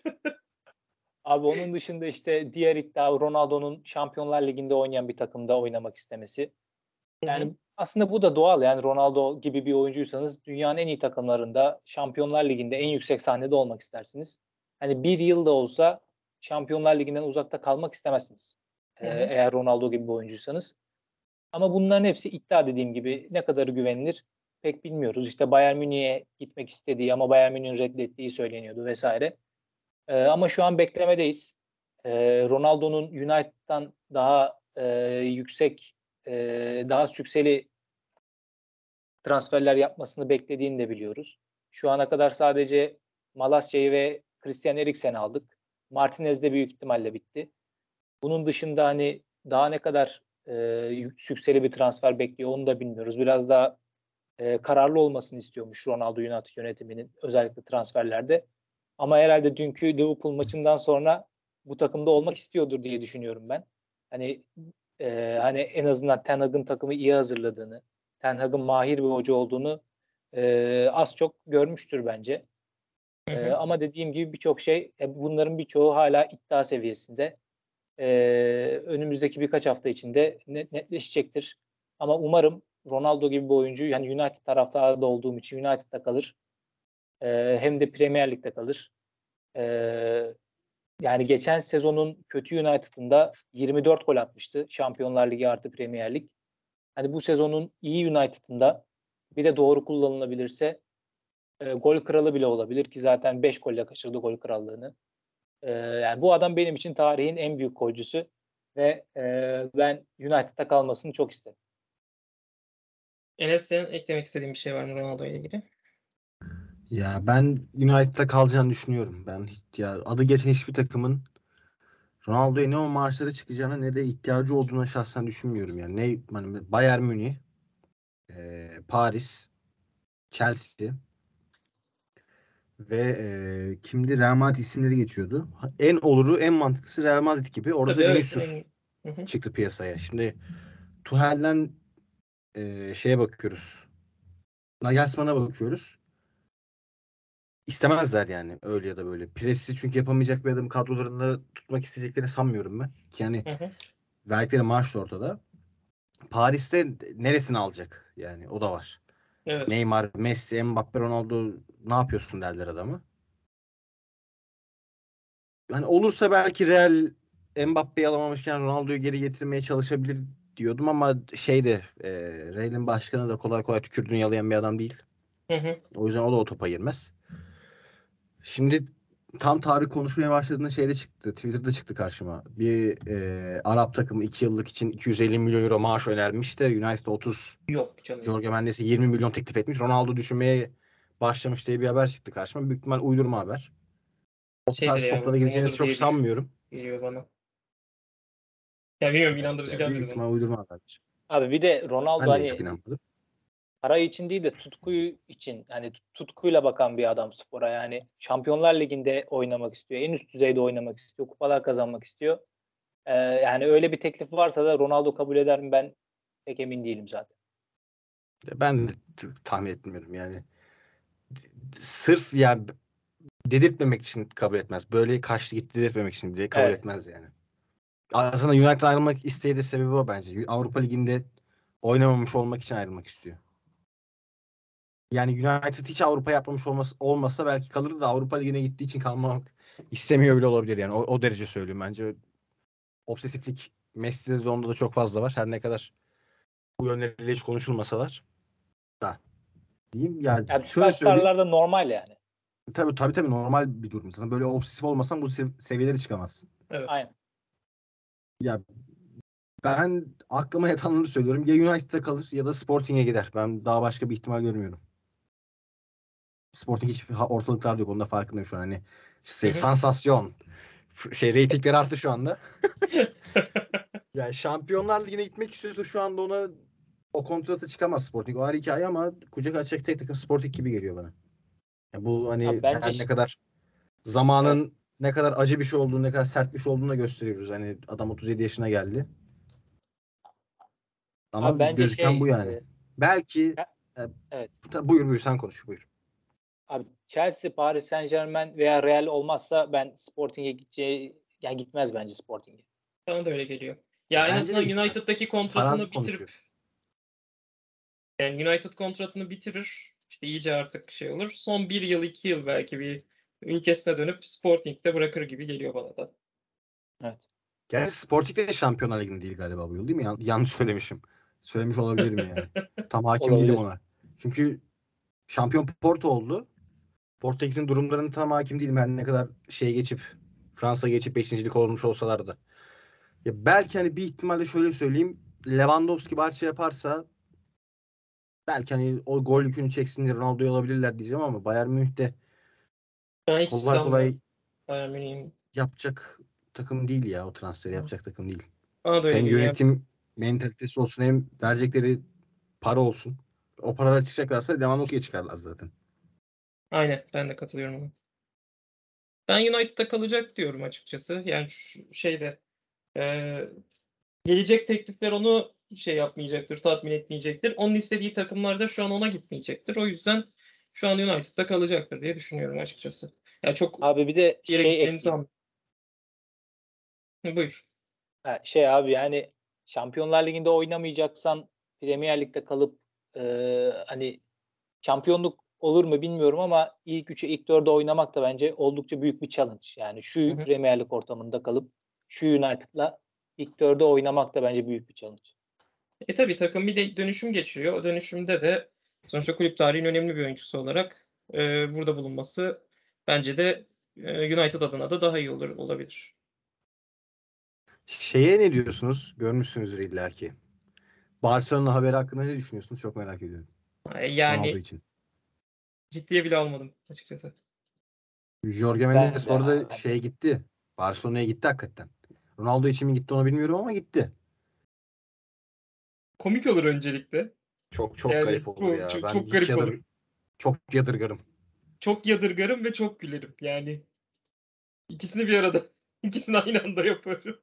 Abi onun dışında işte diğer iddia Ronaldo'nun Şampiyonlar Ligi'nde oynayan bir takımda oynamak istemesi. Hı hı. Yani aslında bu da doğal. Yani Ronaldo gibi bir oyuncuysanız dünyanın en iyi takımlarında Şampiyonlar Ligi'nde en yüksek sahnede olmak istersiniz. Hani bir yıl da olsa Şampiyonlar Ligi'nden uzakta kalmak istemezsiniz. Hı hı. Eğer Ronaldo gibi bir oyuncuysanız. Ama bunların hepsi iddia dediğim gibi ne kadar güvenilir pek bilmiyoruz. İşte Bayern Münih'e gitmek istediği ama Bayern Münih'in reddettiği söyleniyordu vesaire. Ama şu an beklemedeyiz. Ronaldo'nun United'dan daha yüksek, daha sükseli transferler yapmasını beklediğini de biliyoruz. Şu ana kadar sadece Malasya'yı ve Christian Eriksen'i aldık. Martinez de büyük ihtimalle bitti. Bunun dışında hani daha ne kadar sükseli bir transfer bekliyor onu da bilmiyoruz. Biraz daha kararlı olmasını istiyormuş Ronaldo United yönetiminin özellikle transferlerde. Ama herhalde dünkü Liverpool maçından sonra bu takımda olmak istiyordur diye düşünüyorum ben. Hani hani en azından Ten Hag'ın takımı iyi hazırladığını, Ten Hag'ın mahir bir hoca olduğunu az çok görmüştür bence. Hı hı. Ama dediğim gibi birçok şey, bunların birçoğu hala iddia seviyesinde. Önümüzdeki birkaç hafta içinde netleşecektir. Ama umarım Ronaldo gibi bir oyuncu, yani United taraftarı da olduğum için United'da kalır. Hem de Premier Lig'de kalır. Ee, Yani geçen sezonun kötü United'ında 24 gol atmıştı. Şampiyonlar Ligi artı Premier Lig. Hani bu sezonun iyi United'ında bir de doğru kullanılabilirse gol kralı bile olabilir ki zaten 5 golle kaçırdı gol krallığını. Yani bu adam benim için tarihin en büyük golcüsü ve ben United'da kalmasını çok isterim. Enes, senin eklemek istediğin bir şey var mı Ronaldo ile ilgili? Ya ben United'da kalacağını düşünüyorum. Ya adı geçen hiçbir takımın Ronaldo'ya ne o maaşlara çıkacağını ne de ihtiyacı olduğuna şahsen düşünmüyorum yani. Ne hani Bayern Münih, Paris, Chelsea ve kimdi Real Madrid isimleri geçiyordu. En oluru en mantıklısı Real Madrid gibi. Orada Tabii, da evet. Vinicius Hı hı. çıktı piyasaya. Şimdi Tuchel'den şeye bakıyoruz. Nagelsmann'a bakıyoruz. İstemezler yani öyle ya da böyle. Presi çünkü yapamayacak bir adamı kadrolarında tutmak isteyeceklerini sanmıyorum ben. Ki yani Hı hı. verdikleri maaş da ortada. Paris'te neresini alacak? Yani o da var. Evet. Neymar, Messi, Mbappe, Ronaldo ne yapıyorsun derler adamı. Yani olursa belki Real Mbappe'yi alamamışken Ronaldo'yu geri getirmeye çalışabilir diyordum ama Real'in başkanı da kolay kolay tükürdüğünü yalayan bir adam değil. Hı hı. O yüzden o da o topa girmez. Şimdi tam tarih konuşmaya başladığında şeyde çıktı. Twitter'da çıktı karşıma. Bir Arap takımı 2 yıllık için 250 milyon euro maaş önermiş de United 30, Yok canım. Jorge Mendes'e 20 milyon teklif etmiş. Ronaldo düşünmeye başlamış diye bir haber çıktı karşıma. Büyük ihtimal uydurma haber. O Şeydir tarz ya, toplara geleceğini uydurmadır çok diye sanmıyorum. geliyor bana. Ya bilmiyorum, Evet, inandırıcı yani büyük gelmedi bana. ihtimal uydurma haber. Abi bir de Ronaldo Ben de çok hani inanmadım. para için değil de tutkuyu için hani tutkuyla bakan bir adam spora. Yani Şampiyonlar Ligi'nde oynamak istiyor. En üst düzeyde oynamak istiyor. Kupalar kazanmak istiyor. Yani öyle bir teklif varsa da Ronaldo kabul eder mi, ben pek emin değilim zaten. Ben de tahmin etmiyorum yani. Sırf ya dedirtmemek için kabul etmez. Böyle kaçtı gitti dedirtmemek için bile kabul Evet. etmez yani. Aslında United'dan ayrılmak isteği de sebebi o bence. Avrupa Ligi'nde oynamamış olmak için ayrılmak istiyor. Yani United hiç Avrupa yapmamış olmasa belki kalırdı da Avrupa Ligi'ne gittiği için kalmak istemiyor bile olabilir yani. O derece söyleyeyim bence. Obsesiflik Messi'de de onda da çok fazla var. Her ne kadar bu yönleriyle hiç konuşulmasalar da diyeyim. Yani Yani şöyle söyleyeyim. süperstarlarda normal yani. Tabii normal bir durum. Sana böyle obsesif olmasan bu seviyelere çıkamazsın. Evet. Aynen. Ya ben aklıma yatanları söylüyorum. Ya United'da kalır ya da Sporting'e gider. Ben daha başka bir ihtimal görmüyorum. Sporting hiç ortalıklarda yok. Onun da farkındayım şu an. Hani Hı hı. sansasyon. Reytingler arttı şu anda. Yani Şampiyonlar Ligi'ne gitmek istiyorsa şu anda ona o kontratı çıkamaz Sporting. O ayrı hikaye ama kucak açacak tek takım Sporting gibi geliyor bana. Ya bu Abi hani bence her ne kadar evet. zamanın ne kadar acı bir şey olduğunu, ne kadar sert bir şey olduğunu da gösteriyoruz. Hani adam 37 yaşına geldi. Ama Abi bence gözüken bu yani. Belki e, evet. buyur sen konuş buyur. Abi Chelsea, Paris Saint-Germain veya Real olmazsa ben Sporting'e gideceği, yani gitmez bence Sporting'e. Bana da öyle geliyor. Ya Ya en bence de azından gitmez. United'daki Farazi kontratını bitirip, konuşuyor. yani United kontratını bitirir. İşte iyice artık şey olur. Son 1 yıl 2 yıl belki bir ülkesine dönüp Sporting'de bırakır gibi geliyor bana da. Evet. Gerçi Sporting de Şampiyonlar Ligi'nde değil galiba bu yıl değil mi? Yanlış söylemişim. Söylemiş olabilirim yani. Tam hakim değilim Olabilir. ona. Çünkü şampiyon Porto oldu. Portekiz'in durumlarını tam hakim değilim. Her ne kadar geçip Fransa geçip beşincilik olmuş olsalar da. Ya belki hani bir ihtimalle şöyle söyleyeyim. Lewandowski Barça yaparsa belki hani o gol yükünü çeksin diye Ronaldo'yu alabilirler diyeceğim ama Bayern Münih'te Ben hiç kolay kolay sanmıyorum. Bayern Münih'in. yapacak takım değil ya. O transferi yapacak takım değil. Bana da öyle Hem geliyor. yönetim mentalitesi olsun hem verecekleri para olsun. O paralar çıkacaklarsa Lewandowski'ye çıkarlar zaten. Aynen, ben de katılıyorum ona. Ben United'da kalacak diyorum açıkçası. Yani şeyde e, gelecek teklifler onu şey yapmayacaktır, tatmin etmeyecektir. Onun istediği takımlarda şu an ona gitmeyecektir. O yüzden şu an United'da kalacaktır diye düşünüyorum açıkçası. Ya çok Abi bir de bir yere şey gideceğini ekleyeyim. sanmıyorum. Buyur. Şey abi yani Şampiyonlar Ligi'nde oynamayacaksan Premier Lig'de kalıp hani şampiyonluk olur mu bilmiyorum ama ilk 3'e ilk 4'e oynamak da bence oldukça büyük bir challenge. Yani şu Premier Lig ortamında kalıp şu United'la ilk 4'e oynamak da bence büyük bir challenge. Tabii takım bir de dönüşüm geçiriyor. O dönüşümde de sonuçta kulüp tarihinin önemli bir oyuncusu olarak burada bulunması bence de United adına da daha iyi olabilir. Şeye ne diyorsunuz? Görmüşsünüzdür illaki. Barcelona haberi hakkında ne düşünüyorsunuz? Çok merak ediyorum. Ronaldo Yani için. ciddiye bile almadım açıkçası. Jorge Ben Mendes de bu arada abi. şeye gitti. Barcelona'ya gitti hakikaten. Ronaldo için mi gitti onu bilmiyorum ama gitti. Komik olur öncelikle. Çok Yani garip olur ya. çok, Ben çok hiç garip olur. çok yadırgarım. Çok yadırgarım ve çok gülerim. Yani ikisini bir arada, ikisini aynı anda yaparım.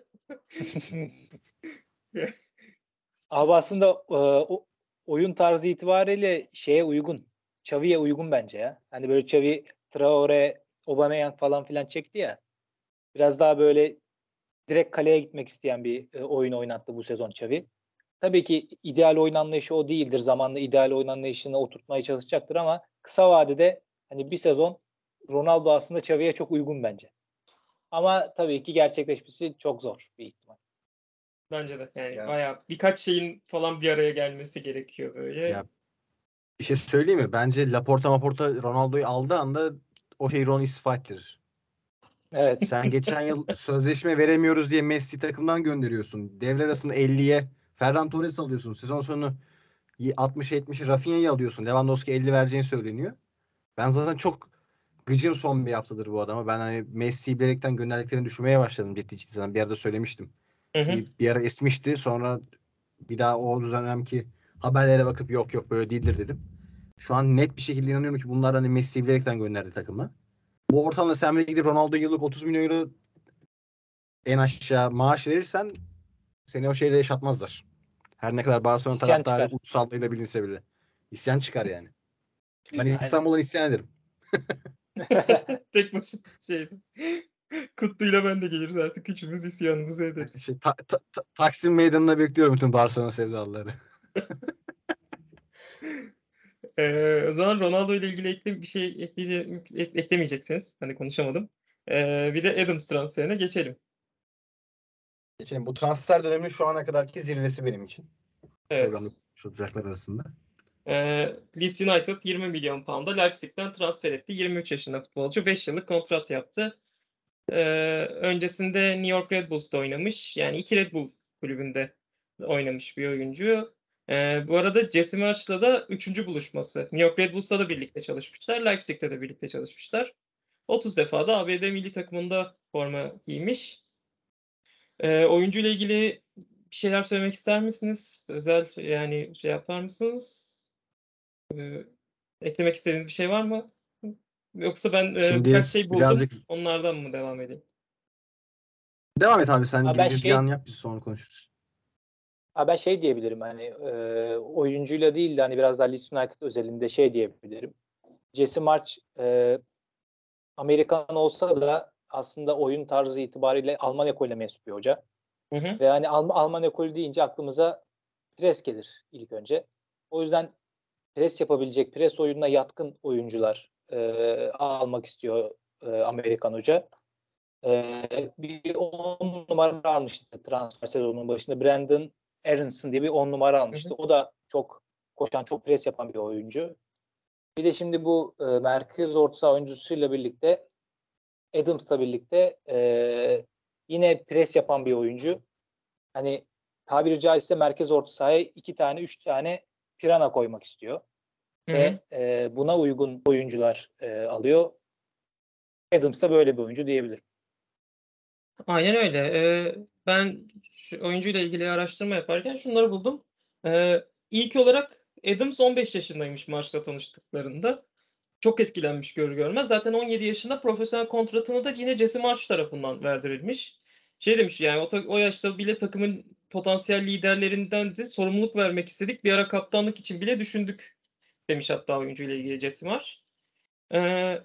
Abi aslında o oyun tarzı itibariyle şeye uygun. Xavi'ye uygun bence ya. Hani böyle Xavi, Traore, Aubameyang falan filan çekti ya. Biraz daha böyle direkt kaleye gitmek isteyen bir oyun oynattı bu sezon Xavi. Tabii ki ideal oyun anlayışı o değildir. Zamanla ideal oyun anlayışını oturtmaya çalışacaktır ama kısa vadede hani bir sezon Ronaldo aslında Xavi'ye çok uygun bence. Ama tabii ki gerçekleşmesi çok zor bir ihtimal. Bence de yani Ya, bayağı birkaç şeyin falan bir araya gelmesi gerekiyor böyle. ya bir şey söyleyeyim mi? Bence Laporta Ronaldo'yu aldığı anda o şey Ron istifa ettirir. Evet. Sen geçen yıl sözleşme veremiyoruz diye Messi takımdan gönderiyorsun. Devre arasında 50'ye Ferran Torres alıyorsun. Sezon sonu 60-70'i Rafinha'yı alıyorsun. Lewandowski 50 vereceğini söyleniyor. Ben zaten çok gıcım son bir haftadır bu adama. Ben hani Messi'yi bilerekten gönderdiklerini düşünmeye başladım ciddi zaten. Bir arada söylemiştim. Hı hı. Bir ara esmişti. Sonra bir daha o dönemki haberlere bakıp yok böyle değildir dedim. Şu an net bir şekilde inanıyorum ki bunlar hani Messi'yi bilerekten gönderdi takıma. Bu ortamda sen bile gidip Ronaldo yıllık 30 milyon euro en aşağı maaş verirsen seni o şeyde yaşatmazlar. Her ne kadar Barcelona İsyan taraftarı çıkar. ulusallığıyla bilinse bile. İsyan çıkar yani. Ben Aynen. İstanbul'dan isyan ederim. Tek başına şeydi. Kutlu'yla ben de geliriz artık üçümüz isyanımızı ederiz. Taksim Meydanı'na bekliyorum bütün Barcelona sevdalıları. O zaman Ronaldo ile ilgili bir şey eklemeyeceksiniz. Hani konuşamadım. Bir de Adams transferine geçelim. Şimdi bu transfer dönemi şu ana kadarki zirvesi benim için. Programda Evet. konuşulacaklar arasında. Leeds United 20 milyon pound'a Leipzig'ten transfer etti. 23 yaşında futbolcu. 5 yıllık kontrat yaptı. Öncesinde New York Red Bulls'ta oynamış. Yani iki Red Bull kulübünde oynamış bir oyuncu. Bu arada Jesse Marsch'la da 3. buluşması. New York Red Bulls'ta da birlikte çalışmışlar. Leipzig'te de birlikte çalışmışlar. 30 defa da ABD milli takımında forma giymiş. Oyuncu ile ilgili bir şeyler söylemek ister misiniz? Özel yani şey yapar mısınız? Eklemek istediğiniz bir şey var mı? Yoksa ben birkaç Şimdi şey buldum. birazcık Onlardan mı devam edeyim? devam et abi sen Ha ben girizgahını yap biz sonra konuşuruz. ben şey diyebilirim hani oyuncuyla değil de hani biraz daha Leeds United özelinde şey diyebilirim. Jesse Marsch Amerikan olsa da aslında oyun tarzı itibariyle Alman ekolüne mensup bir hoca. Hı hı. Ve hani Alman ekolü deyince aklımıza pres gelir ilk önce. O yüzden pres yapabilecek, pres oyununa yatkın oyuncular almak istiyor Amerikan hoca. Bir 10 numara almıştı transfer sezonunun başında. Brandon Aronson diye bir 10 numara almıştı. Hı hı. O da çok koşan, çok pres yapan bir oyuncu. Bir de şimdi bu merkez orta saha oyuncusuyla birlikte Adams'la birlikte yine pres yapan bir oyuncu. Hani tabiri caizse merkez orta sahaya 2 tane, 3 tane pirana koymak istiyor. Hı hı. Ve buna uygun oyuncular alıyor. Adams da böyle bir oyuncu diyebilirim. Aynen öyle. Ben oyuncuyla ilgili araştırma yaparken şunları buldum. İlk olarak Adams 15 yaşındaymış maçta tanıştıklarında. Çok etkilenmiş görür görmez. Zaten 17 yaşında profesyonel kontratını da yine Jesse Marsch tarafından verdirilmiş. Şey demiş yani o yaşta bile takımın potansiyel liderlerinden de sorumluluk vermek istedik. Bir ara kaptanlık için bile düşündük demiş hatta oyuncuyla ilgili Jesse Marsch. Ee,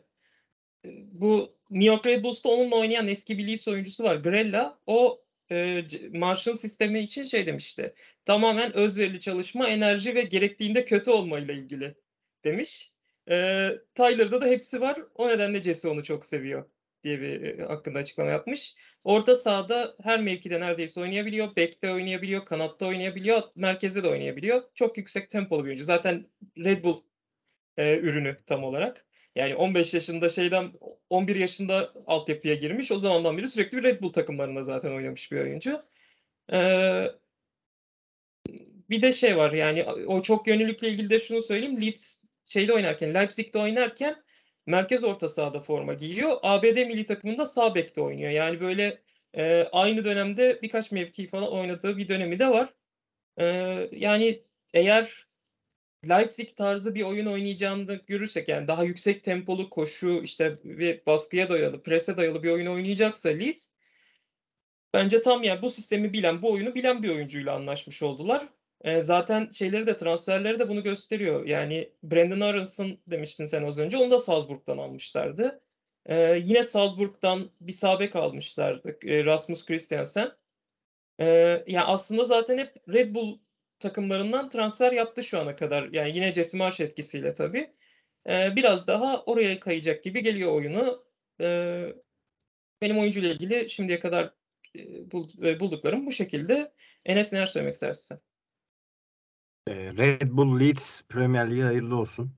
Bu New York Red Bulls'ta onunla oynayan eski bir Leeds oyuncusu var. Grella. O Marshall sistemi için şey demişti. Tamamen özverili çalışma, enerji ve gerektiğinde kötü olmayla ilgili demiş. Tyler'da da hepsi var. O nedenle Jesse onu çok seviyor diye bir hakkında açıklama yapmış. Orta sahada her mevkide neredeyse oynayabiliyor. Bek'te oynayabiliyor, kanatta oynayabiliyor, merkezde de oynayabiliyor. Çok yüksek tempolu bir oyuncu. Zaten Red Bull ürünü tam olarak. Yani 15 yaşında 11 yaşında altyapıya girmiş. O zamandan beri sürekli bir Red Bull takımlarında zaten oynamış bir oyuncu. Ee, Bir de şey var, yani o çok yönlülükle ilgili de şunu söyleyeyim. Leeds Leipzig'te oynarken merkez orta sahada forma giyiyor. ABD milli takımında sağ bekte oynuyor. Yani böyle aynı dönemde birkaç mevki falan oynadığı bir dönemi de var. Yani eğer Leipzig tarzı bir oyun oynayacağını görürsek, yani daha yüksek tempolu koşu işte ve baskıya dayalı, prese dayalı bir oyun oynayacaksa Leeds, bence tam yani bu sistemi bilen, bu oyunu bilen bir oyuncuyla anlaşmış oldular. Zaten transferleri de bunu gösteriyor. Yani Brandon Aronson demiştin sen az önce. Onu da Salzburg'dan almışlardı. Yine Salzburg'dan bir sağ bek almışlardı. Rasmus Christiansen. Yani aslında zaten hep Red Bull takımlarından transfer yaptı şu ana kadar. Yani yine Jesse Marsch etkisiyle tabii. Biraz daha oraya kayacak gibi geliyor oyunu. Benim oyuncuyla ilgili şimdiye kadar bulduklarım bu şekilde. Enes, neler söylemek istersin? Red Bull Leeds Premier Ligi hayırlı olsun.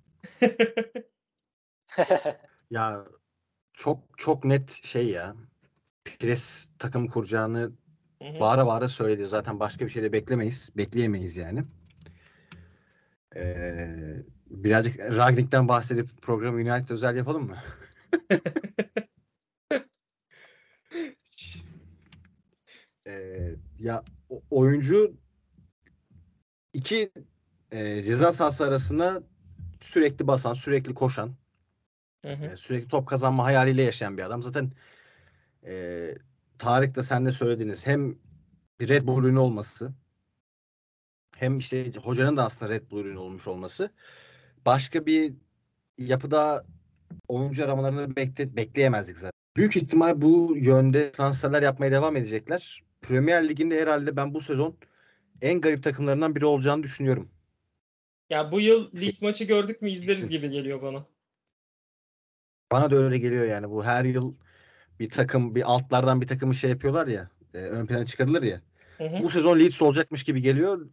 Ya çok çok net şey ya. Pires takım kuracağını Hı hı. bağıra bağıra söyledi. Zaten başka bir şey de bekleyemeyiz yani. Birazcık Ragnik'ten bahsedip programı United özel yapalım mı? Ya oyuncu iki ceza sahası arasında sürekli basan, sürekli koşan, Hı hı. sürekli top kazanma hayaliyle yaşayan bir adam. Zaten Tarık da sen de söylediniz. Hem bir Red Bull ürünü olması, hem işte hocanın da aslında Red Bull ürünü olmuş olması. Başka bir yapıda oyuncu aramalarını bekleyemezdik zaten. Büyük ihtimal bu yönde transferler yapmaya devam edecekler. Premier Lig'inde herhalde ben bu sezon en garip takımlarından biri olacağını düşünüyorum. Ya bu yıl Leeds maçı gördük mü izleriz Leeds'in. gibi geliyor bana. Bana da öyle geliyor yani. Bu her yıl bir takım, bir altlardan bir takımı şey yapıyorlar ya, ön plana çıkarılır ya. Hı hı. Bu sezon Leeds olacakmış gibi geliyor.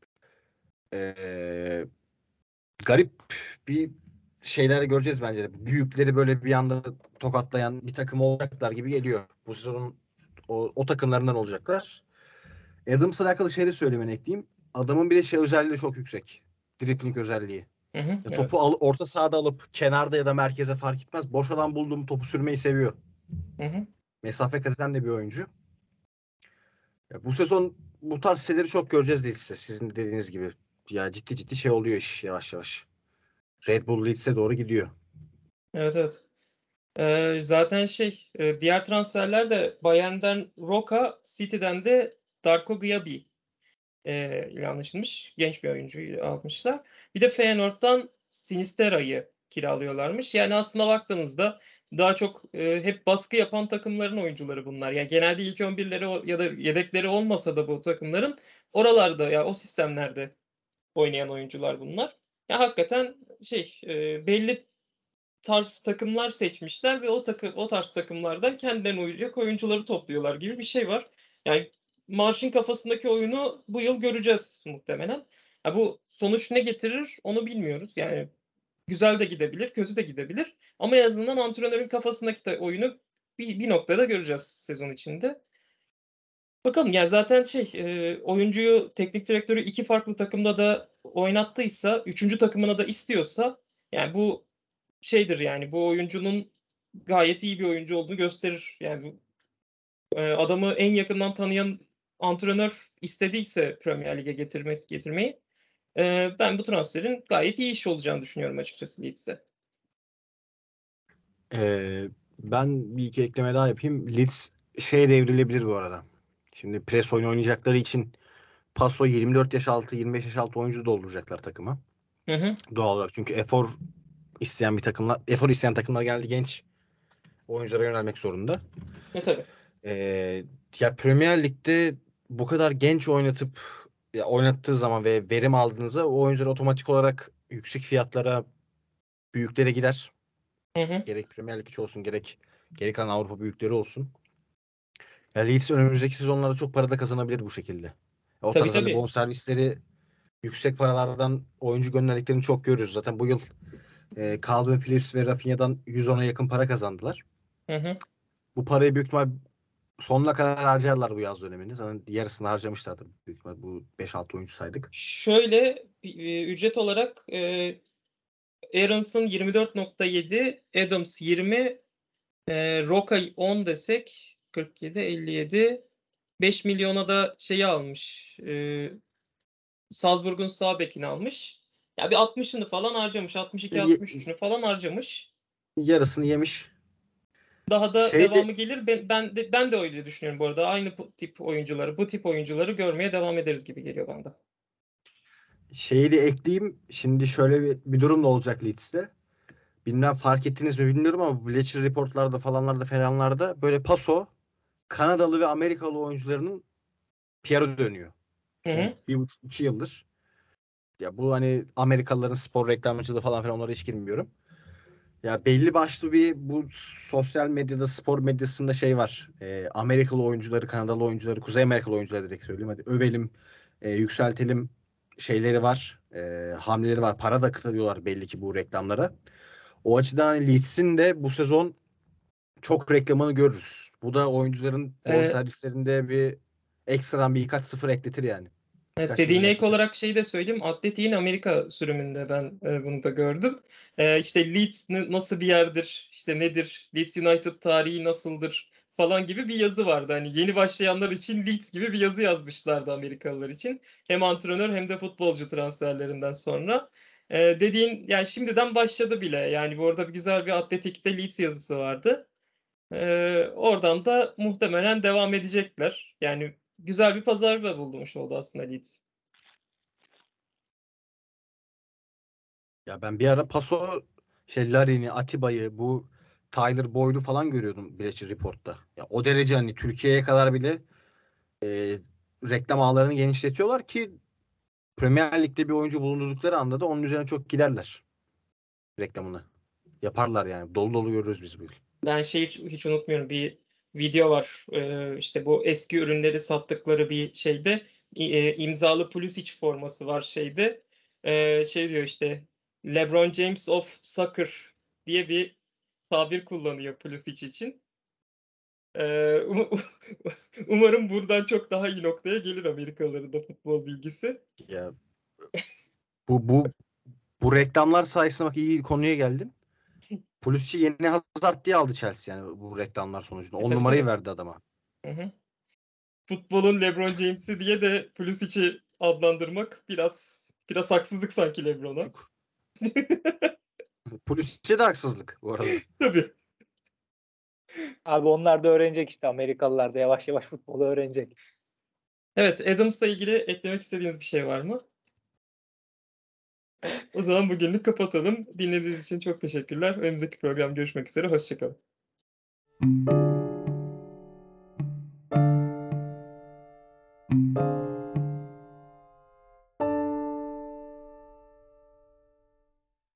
E, Garip bir şeyler göreceğiz bence. Büyükleri böyle bir anda tokatlayan bir takım olacaklar gibi geliyor. Bu sezonun o takımlarından olacaklar. Adams'la alakalı şey de söylemeni ekleyeyim. Adamın bir de şey özelliği de çok yüksek. Dribbling özelliği. Hı hı. Ya Evet. topu orta sahada alıp kenarda ya da merkeze fark etmez. Boş alan bulduğum topu sürmeyi seviyor. Hı hı. Mesafe kat eden de bir oyuncu. Ya bu sezon bu tarz şeyleri çok göreceğiz Leeds'te. Sizin de dediğiniz gibi. Ya ciddi ciddi şey oluyor iş yavaş yavaş. Red Bull Leeds'e doğru gidiyor. Evet, evet. Zaten diğer transferler de Bayern'den Roca, City'den de Darko Gyabi ile anlaşılmış. Genç bir oyuncuyu almışlar. Bir de Feyenoord'dan Sinistera'yı kiralıyorlarmış. Yani aslında baktığınızda daha çok hep baskı yapan takımların oyuncuları bunlar. Yani genelde ilk 11'leri ya da yedekleri olmasa da bu takımların oralarda, ya o sistemlerde oynayan oyuncular bunlar. Ya hakikaten belli tarz takımlar seçmişler ve o tarz takımlardan kendilerine uyacak oyuncuları topluyorlar gibi bir şey var. Yani Marş'ın kafasındaki oyunu bu yıl göreceğiz muhtemelen. Ha, bu sonuç ne getirir onu bilmiyoruz. Yani güzel de gidebilir, kötü de gidebilir. Ama en azından antrenörün kafasındaki oyunu bir noktada göreceğiz sezon içinde. Bakalım, yani zaten oyuncuyu teknik direktörü iki farklı takımda da oynattıysa, üçüncü takımına da istiyorsa, yani bu yani bu oyuncunun gayet iyi bir oyuncu olduğunu gösterir. Yani adamı en yakından tanıyan antrenör istediyse Premier Lig'e getirmeyi, ben bu transferin gayet iyi iş olacağını düşünüyorum açıkçası Leeds'e. Ben bir iki ekleme daha yapayım. Leeds devrilebilir bu arada. Şimdi pres oyunu oynayacakları için paso 24 yaş altı, 25 yaş altı oyuncu dolduracaklar takıma. Hı hı. Doğal olarak. Çünkü efor isteyen takımlar geldi, genç oyunculara yönelmek zorunda. Tabii. Ya Premier Lig'de bu kadar genç oynattığı zaman ve verim aldığınızda o oyuncuları otomatik olarak yüksek fiyatlara büyüklere gider. Hı hı. Gerek Premier Lig olsun, gerek geri kalan Avrupa büyükleri olsun. Yani Leeds önümüzdeki sezonlarda çok para da kazanabilir bu şekilde. O Tabii tarz hani tabii. bonservisleri yüksek paralardan oyuncu gönderdiklerini çok görüyoruz. Zaten bu yıl Calvin Phillips ve Rafinha'dan 110'a yakın para kazandılar. Hı hı. Bu parayı büyük ihtimal sonuna kadar harcarlar bu yaz döneminde. Zaten yarısını harcamışlardır büyük ihtimal. Bu 5-6 oyuncu saydık. Şöyle ücret olarak Aarons'ın 24.7, Adams 20, Roca 10 desek 47, 57, 5 milyona da şeyi almış. Salzburg'un sağ bekini almış. Ya bir 60'ını falan harcamış. 62-63'ünü falan harcamış. Yarısını yemiş. Daha da Şey de devamı gelir. Ben de öyle düşünüyorum bu arada. Aynı bu tip oyuncuları görmeye devam ederiz gibi geliyor bana. şeyi de ekleyeyim. Şimdi şöyle bir durum da olacak Leeds'te. Bilmem fark ettiniz mi bilmiyorum ama Bleacher Report'larda falanlarda böyle paso Kanadalı ve Amerikalı oyuncularının PR'ı dönüyor. Hı Son hı. 1,5-2 yıldır. Ya bu hani Amerikalıların spor reklamcılığı falan filan onlara hiç girmiyorum. Ya belli başlı bu sosyal medyada, spor medyasında şey var. Amerikalı oyuncuları, Kanadalı oyuncuları, Kuzey Amerikalı oyuncuları direkt söyleyeyim. Hadi övelim, yükseltelim şeyleri var. Hamleleri var. Para da akıtıyorlar belli ki bu reklamlara. O açıdan hani Leeds'in de bu sezon çok reklamını görürüz. Bu da oyuncuların Ee, bonservislerinde bir ekstradan birkaç sıfır ekletir yani. Evet, Birkaç dediğine milyon ek ekletir. olarak şeyi de söyleyeyim. Atletik'in Amerika sürümünde ben bunu da gördüm. İşte Leeds nasıl bir yerdir, işte nedir, Leeds United tarihi nasıldır falan gibi bir yazı vardı. Hani yeni başlayanlar için Leeds gibi bir yazı yazmışlardı Amerikalılar için. Hem antrenör hem de futbolcu transferlerinden sonra. Dediğin yani şimdiden başladı bile. Yani bu arada güzel bir Atletik'te Leeds yazısı vardı. Oradan da muhtemelen devam edecekler. Yani güzel bir pazar da bulmuş oldu aslında Leeds. Ya ben bir ara paso Larin'i, Atiba'yı, bu Tyler Boyd'u falan görüyordum Bleacher Report'ta. Ya o derece hani Türkiye'ye kadar bile e, reklam ağlarını genişletiyorlar ki Premier Lig'de bir oyuncu bulundurdukları anda da onun üzerine çok giderler reklamını. Yaparlar yani. Dolu dolu görürüz biz bu yıl. Ben hiç unutmuyorum. Bir video var. İşte bu eski ürünleri sattıkları bir şeyde imzalı Pulisic forması var şeyde. Şey diyor işte LeBron James of Soccer diye bir tabir kullanıyor Pulisic için. Umarım buradan çok daha iyi noktaya gelir Amerikalıların da futbol bilgisi. Ya bu bu reklamlar sayesinde bak iyi konuya geldin. Pulisic'i yeni Hazard diye aldı Chelsea yani bu reklamlar sonucunda. 10 Tabii numarayı tabii. verdi adama. Hı hı. Futbolun LeBron James'i diye de Pulisic'i adlandırmak biraz haksızlık sanki LeBron'a. Çuk. Pulisic'e de haksızlık bu arada. Tabii. Abi onlar da öğrenecek işte. Amerikalılar da yavaş yavaş futbolu öğrenecek. Evet, Adams'la ilgili eklemek istediğiniz bir şey var mı? O zaman bugünlük kapatalım. Dinlediğiniz için çok teşekkürler. Önümüzdeki program görüşmek üzere. Hoşçakalın.